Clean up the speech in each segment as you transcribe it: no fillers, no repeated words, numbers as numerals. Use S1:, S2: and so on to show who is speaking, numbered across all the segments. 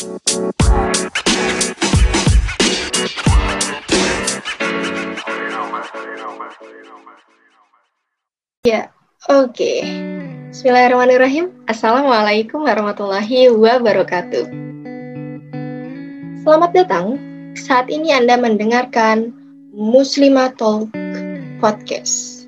S1: Ya, oke. Bismillahirrahmanirrahim. Assalamualaikum warahmatullahi wabarakatuh. Selamat datang. Saat ini Anda mendengarkan Muslimah Talk Podcast.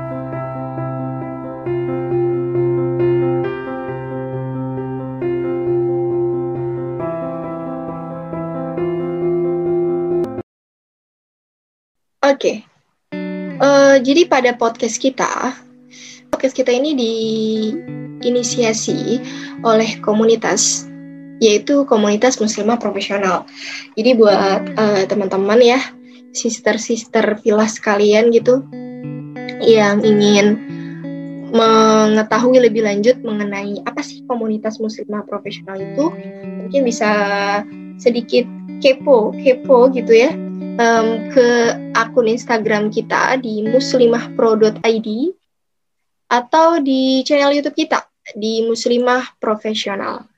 S1: Oke. Jadi pada podcast kita ini diinisiasi oleh komunitas, yaitu komunitas muslimah profesional. Jadi buat teman-teman ya, sister-sister pilas sekalian gitu, yang ingin mengetahui lebih lanjut mengenai apa sih komunitas muslimah profesional itu, mungkin bisa sedikit kepo gitu ya, ke akun Instagram kita di muslimahpro.id atau di channel YouTube kita di Muslimah Profesional.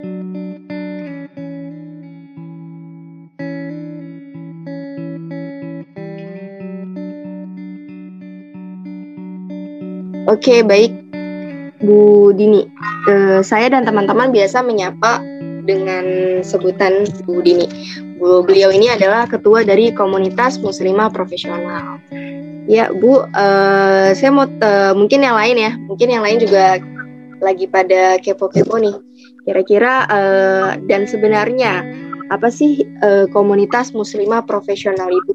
S1: Oke, baik Bu Dini. Saya dan teman-teman biasa menyapa dengan sebutan Bu Dini. Beliau ini adalah ketua dari komunitas Muslimah Profesional. Ya Bu, saya mau mungkin yang lain juga lagi pada kepo-kepo nih. Kira-kira dan sebenarnya apa sih komunitas Muslimah Profesional itu?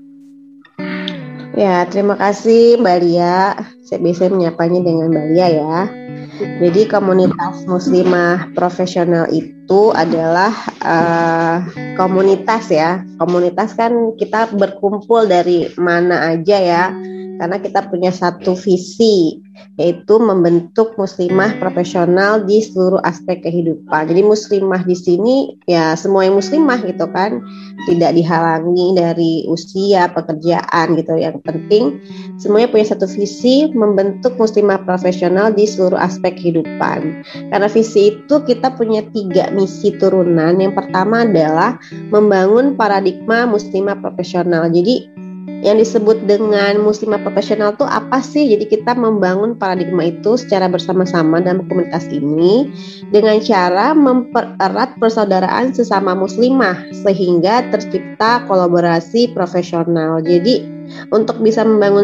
S2: Ya, terima kasih Mbak Lia. Saya biasa menyapanya dengan Mbak Lia ya. Jadi komunitas muslimah profesional itu adalah komunitas ya. Komunitas kan kita berkumpul dari mana aja ya. Karena kita punya satu visi, yaitu membentuk muslimah profesional di seluruh aspek kehidupan. Jadi muslimah di sini ya semua yang muslimah gitu kan, tidak dihalangi dari usia, pekerjaan gitu. Yang penting semuanya punya satu visi, membentuk muslimah profesional di seluruh aspek kehidupan. Karena visi itu kita punya 3 misi turunan. Yang pertama adalah membangun paradigma muslimah profesional. Jadi yang disebut dengan muslimah profesional itu apa sih? Jadi kita membangun paradigma itu secara bersama-sama dalam komunitas ini dengan cara mempererat persaudaraan sesama muslimah sehingga tercipta kolaborasi profesional. Jadi untuk bisa membangun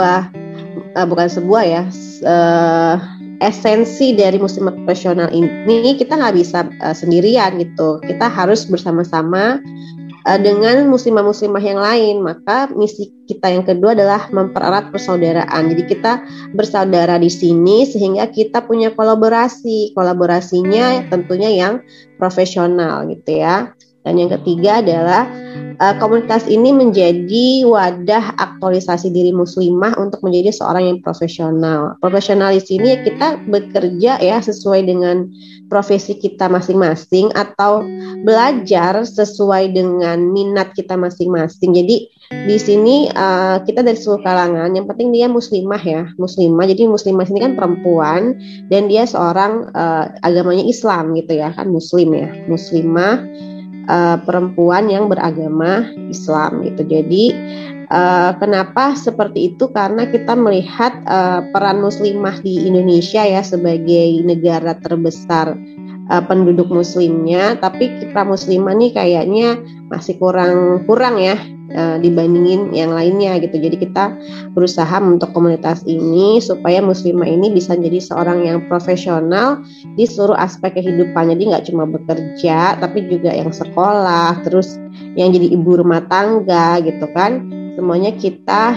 S2: esensi dari muslimah profesional ini kita nggak bisa sendirian gitu. Kita harus bersama-sama dengan muslimah-muslimah yang lain. Maka misi kita yang kedua adalah mempererat persaudaraan. Jadi kita bersaudara di sini sehingga kita punya kolaborasinya tentunya yang profesional gitu ya. Dan yang ketiga adalah komunitas ini menjadi wadah aktualisasi diri muslimah untuk menjadi seorang yang profesional. Profesional di sini kita bekerja ya sesuai dengan profesi kita masing-masing atau belajar sesuai dengan minat kita masing-masing. Jadi di sini kita dari seluruh kalangan, yang penting dia muslimah ya, muslimah. Jadi muslimah ini kan perempuan dan dia seorang agamanya Islam gitu ya, kan muslim ya, muslimah perempuan yang beragama Islam gitu. Jadi kenapa seperti itu? Karena kita melihat peran muslimah di Indonesia ya sebagai negara terbesar penduduk muslimnya, tapi kita muslimah nih kayaknya masih kurang ya dibandingin yang lainnya gitu. Jadi kita berusaha untuk komunitas ini supaya muslimah ini bisa jadi seorang yang profesional di seluruh aspek kehidupan. Jadi nggak cuma bekerja, tapi juga yang sekolah, terus yang jadi ibu rumah tangga gitu kan. Semuanya kita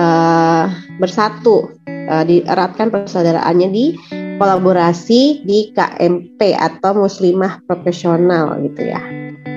S2: bersatu, dieratkan persaudaraannya di kolaborasi di KMP atau muslimah profesional gitu ya.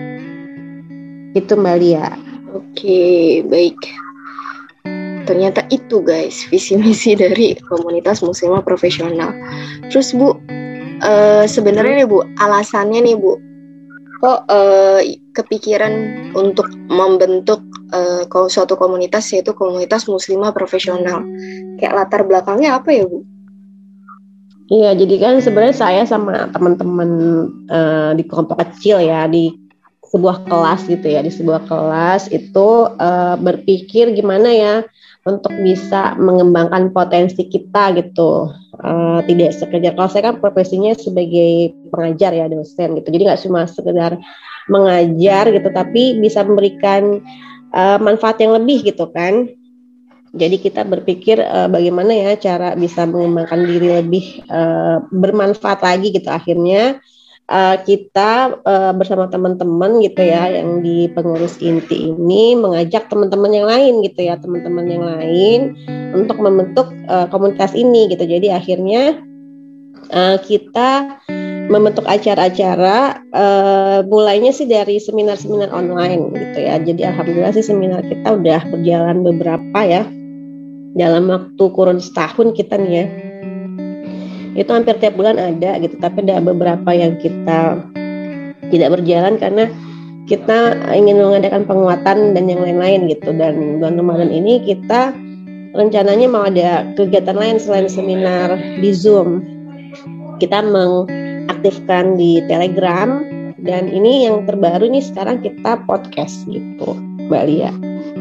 S2: Itu Mbak Lia.
S1: Oke, baik. Ternyata itu guys visi misi dari komunitas muslimah profesional. Terus Bu, sebenarnya nih Bu, alasannya nih Bu, kok kepikiran untuk membentuk suatu komunitas, yaitu komunitas muslimah profesional? Kayak latar belakangnya apa ya Bu?
S2: Iya, jadi kan sebenarnya saya sama teman-teman di kelompok kecil ya, di sebuah kelas gitu ya, di sebuah kelas itu berpikir gimana ya untuk bisa mengembangkan potensi kita gitu. Tidak sekedar, kalau saya kan profesinya sebagai pengajar ya, dosen gitu, jadi nggak cuma sekedar mengajar gitu, tapi bisa memberikan manfaat yang lebih gitu kan. Jadi kita berpikir bagaimana ya cara bisa mengembangkan diri lebih bermanfaat lagi gitu. Akhirnya kita bersama teman-teman gitu ya yang di pengurus inti ini mengajak teman-teman yang lain gitu ya, teman-teman yang lain untuk membentuk komunitas ini gitu. Jadi akhirnya kita membentuk acara-acara mulainya sih dari seminar-seminar online gitu ya. Jadi alhamdulillah sih seminar kita udah berjalan beberapa ya. Dalam waktu kurun setahun kita nih ya, itu hampir tiap bulan ada gitu, tapi ada beberapa yang kita tidak berjalan karena kita ingin mengadakan penguatan dan yang lain-lain gitu. Dan bulan Ramadan ini kita rencananya mau ada kegiatan lain selain seminar di Zoom. Kita mengaktifkan di Telegram, dan ini yang terbaru nih sekarang kita podcast gitu, Mbak Lia.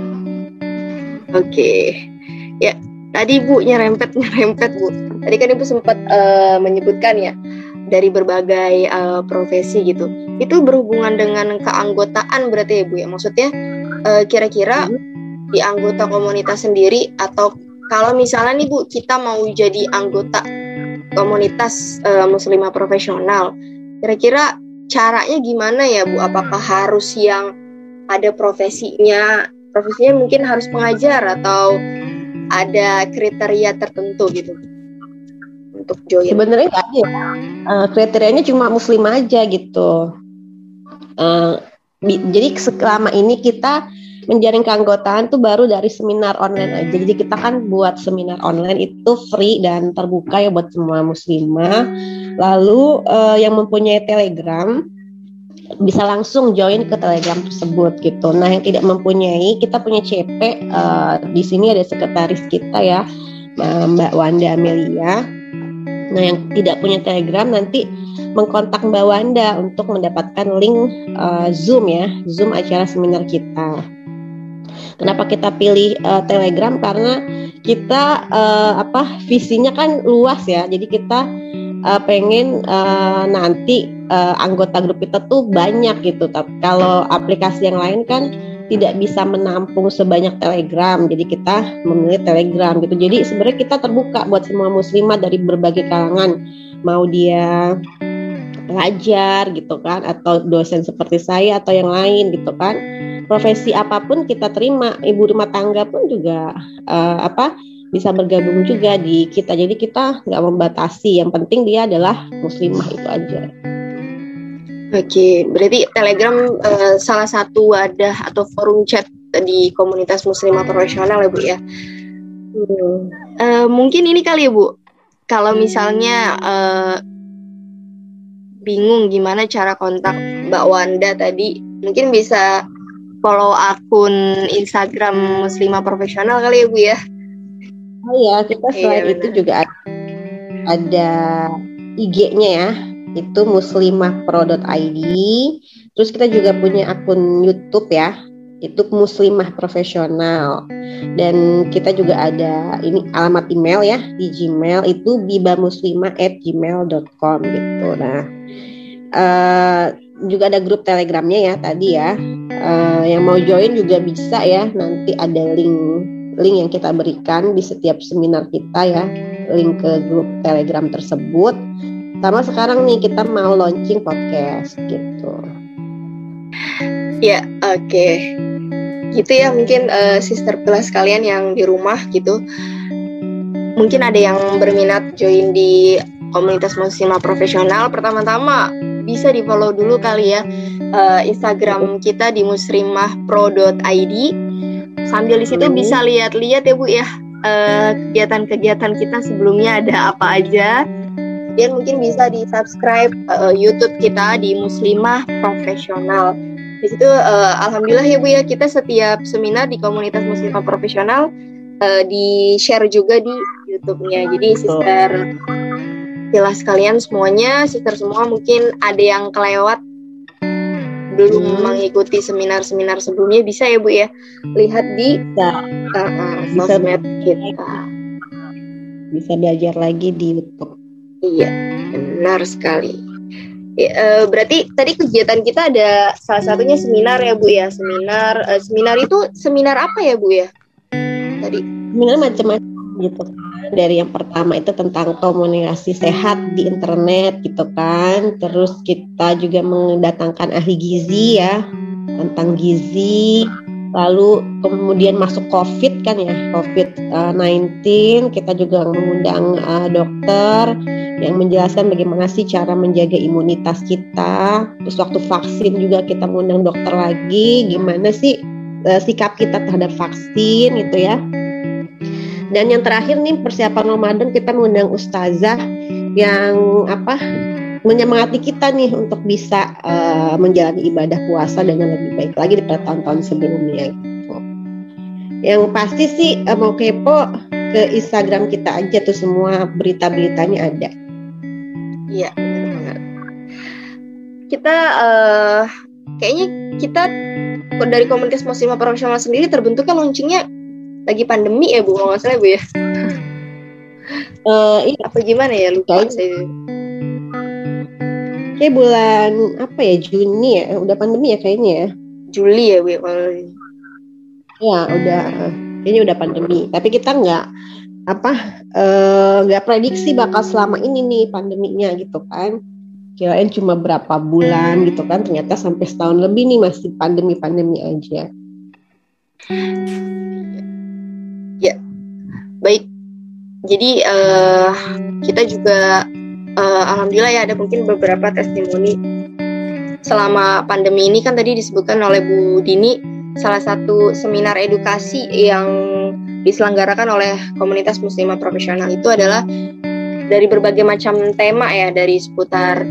S1: Oke. Ya, tadi Bu nyerempet Bu. Tadi kan Ibu sempat menyebutkan ya dari berbagai profesi gitu. Itu berhubungan dengan keanggotaan berarti ya Bu ya. Maksudnya kira-kira di anggota komunitas sendiri, atau kalau misalnya nih Bu kita mau jadi anggota komunitas muslimah profesional, kira-kira caranya gimana ya Bu? Apakah harus yang ada profesinya mungkin harus pengajar, atau ada kriteria tertentu gitu untuk join?
S2: Sebenarnya nggak ada ya. Kriterianya cuma muslim aja gitu. Jadi selama ini kita menjaring keanggotaan tuh baru dari seminar online aja. Jadi kita kan buat seminar online itu free dan terbuka ya buat semua muslimah. Lalu yang mempunyai Telegram bisa langsung join ke Telegram tersebut gitu. Nah, yang tidak mempunyai, kita punya CP, di sini ada sekretaris kita ya, Mbak Wanda Amelia. Nah, yang tidak punya Telegram nanti mengkontak Mbak Wanda untuk mendapatkan link Zoom ya, Zoom acara seminar kita. Kenapa kita pilih Telegram? Karena kita visinya kan luas ya. Jadi kita pengen nanti anggota grup kita tuh banyak gitu. Tapi kalau aplikasi yang lain kan tidak bisa menampung sebanyak Telegram. Jadi kita memilih Telegram gitu. Jadi sebenarnya kita terbuka buat semua muslimah dari berbagai kalangan. Mau dia pengajar gitu kan, atau dosen seperti saya atau yang lain gitu kan. Profesi apapun kita terima. Ibu rumah tangga pun juga bisa bergabung juga di kita. Jadi kita nggak membatasi, yang penting dia adalah muslimah, itu aja.
S1: Oke, berarti Telegram salah satu wadah atau forum chat di komunitas muslimah profesional ya Bu ya. Mungkin ini kali ya Bu, kalau misalnya bingung gimana cara kontak Mbak Wanda tadi, mungkin bisa follow akun Instagram muslimah profesional kali ya Bu ya.
S2: Oh iya, kita selain itu juga ada IG-nya ya, itu muslimahpro.id. Terus kita juga punya akun YouTube ya, itu muslimah profesional. Dan kita juga ada ini alamat email ya, di Gmail itu bibamuslimah@gmail.com gitu. Nah, juga ada grup Telegramnya ya tadi ya. Yang mau join juga bisa ya, nanti ada link yang kita berikan di setiap seminar kita ya, link ke grup Telegram tersebut. Sama sekarang nih kita mau launching podcast gitu.
S1: Ya, oke. Gitu ya, mungkin sister kelas kalian yang di rumah gitu, mungkin ada yang berminat join di komunitas muslimah profesional. Pertama-tama bisa di follow dulu kali ya Instagram kita di muslimahpro.id. Sambil di situ bisa lihat-lihat ya Bu ya, kegiatan-kegiatan kita sebelumnya ada apa aja. Dan mungkin bisa di subscribe YouTube kita di Muslimah Profesional. Di situ alhamdulillah ya Bu ya, kita setiap seminar di komunitas Muslimah Profesional di share juga di YouTube-nya. Jadi sister pilah sekalian semuanya, sister semua mungkin ada yang kelewat belum mengikuti seminar-seminar sebelumnya, bisa ya Bu ya lihat di sosmed kita.
S2: Bisa belajar lagi di YouTube.
S1: Iya, benar sekali. Berarti tadi kegiatan kita ada salah satunya seminar ya Bu ya. Seminar itu seminar apa ya Bu ya? Tadi
S2: seminar macam-macam gitu. Dari yang pertama itu tentang komunikasi sehat di internet gitu kan. Terus kita juga mendatangkan ahli gizi ya, tentang gizi. Lalu kemudian masuk COVID kan ya, COVID-19, kita juga mengundang dokter yang menjelaskan bagaimana sih cara menjaga imunitas kita. Terus waktu vaksin juga kita mengundang dokter lagi, gimana sih sikap kita terhadap vaksin gitu ya. Dan yang terakhir nih persiapan Ramadan, kita mengundang ustazah yang menyemangati kita nih untuk bisa menjalani ibadah puasa dengan lebih baik lagi daripada tahun-tahun sebelumnya gitu. Yang pasti sih mau kepo ke Instagram kita aja tuh, semua berita-beritanya ada.
S1: Iya, benar banget. Kita kayaknya kita dari komunitas muslimah profesional sendiri terbentuknya launchingnya lagi pandemi ya Bu, kalau nggak salah Bu ya.
S2: Iya.
S1: Apa gimana ya, lupa saya.
S2: Kayak bulan apa ya, Juni ya, udah pandemi ya kayaknya ya.
S1: Juli ya Bu ya.
S2: Ya udah, kayaknya udah pandemi. Tapi kita nggak prediksi bakal selama ini nih pandeminya gitu kan. Kirain cuma berapa bulan gitu kan, ternyata sampai setahun lebih nih masih pandemi aja.
S1: Ya, baik. Jadi kita juga alhamdulillah ya ada mungkin beberapa testimoni selama pandemi ini. Kan tadi disebutkan oleh Bu Dini, salah satu seminar edukasi yang diselenggarakan oleh komunitas muslimah profesional itu adalah dari berbagai macam tema ya, dari seputar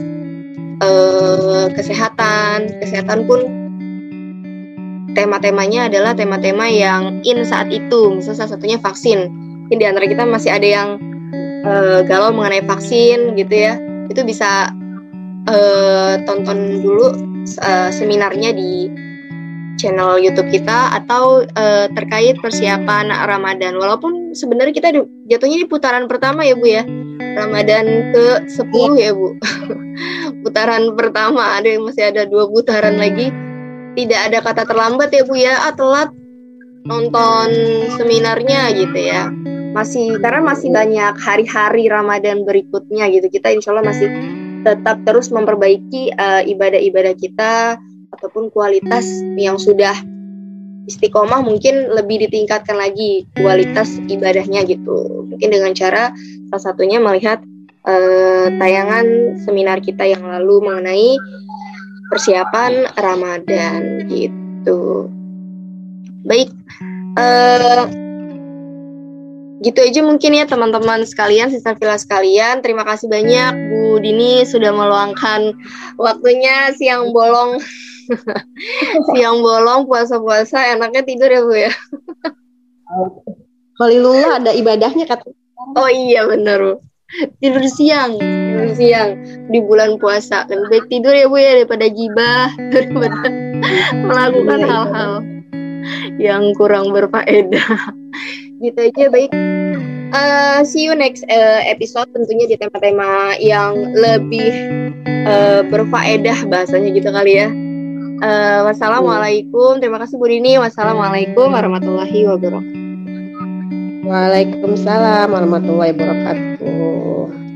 S1: kesehatan pun tema-temanya adalah tema-tema yang in saat itu. Misalnya salah satunya vaksin. Mungkin di antara kita masih ada yang galau mengenai vaksin gitu ya. Itu bisa tonton dulu seminarnya di channel YouTube kita, atau terkait persiapan Ramadan. Walaupun sebenarnya kita jatuhnya di putaran pertama ya Bu ya. Ramadan ke-10 ya Bu. Putaran pertama, masih ada 2 putaran lagi. Tidak ada kata terlambat ya Bu ya, telat nonton seminarnya gitu ya. Karena masih banyak hari-hari Ramadan berikutnya gitu. Kita insya Allah masih tetap terus memperbaiki ibadah-ibadah kita, ataupun kualitas yang sudah istiqomah mungkin lebih ditingkatkan lagi kualitas ibadahnya gitu. Mungkin dengan cara salah satunya melihat tayangan seminar kita yang lalu mengenai persiapan Ramadan gitu. Baik, gitu aja mungkin ya teman-teman sekalian, sister Villa sekalian. Terima kasih banyak Bu Dini sudah meluangkan waktunya siang bolong. Siang bolong puasa-puasa enaknya tidur ya Bu ya.
S2: Khalilullah ada ibadahnya kata.
S1: Oh iya benar Bu. Tidur siang di bulan puasa. Lebih baik tidur ya Bu ya daripada gibah, daripada melakukan hal-hal yang kurang berfaedah. Gitu aja. Baik, see you next episode, tentunya di tema-tema yang lebih berfaedah bahasanya gitu kali ya. Wassalamualaikum. Terima kasih Bu Dini. Wassalamualaikum warahmatullahi wabarakatuh.
S2: Waalaikumsalam warahmatullahi wabarakatuh.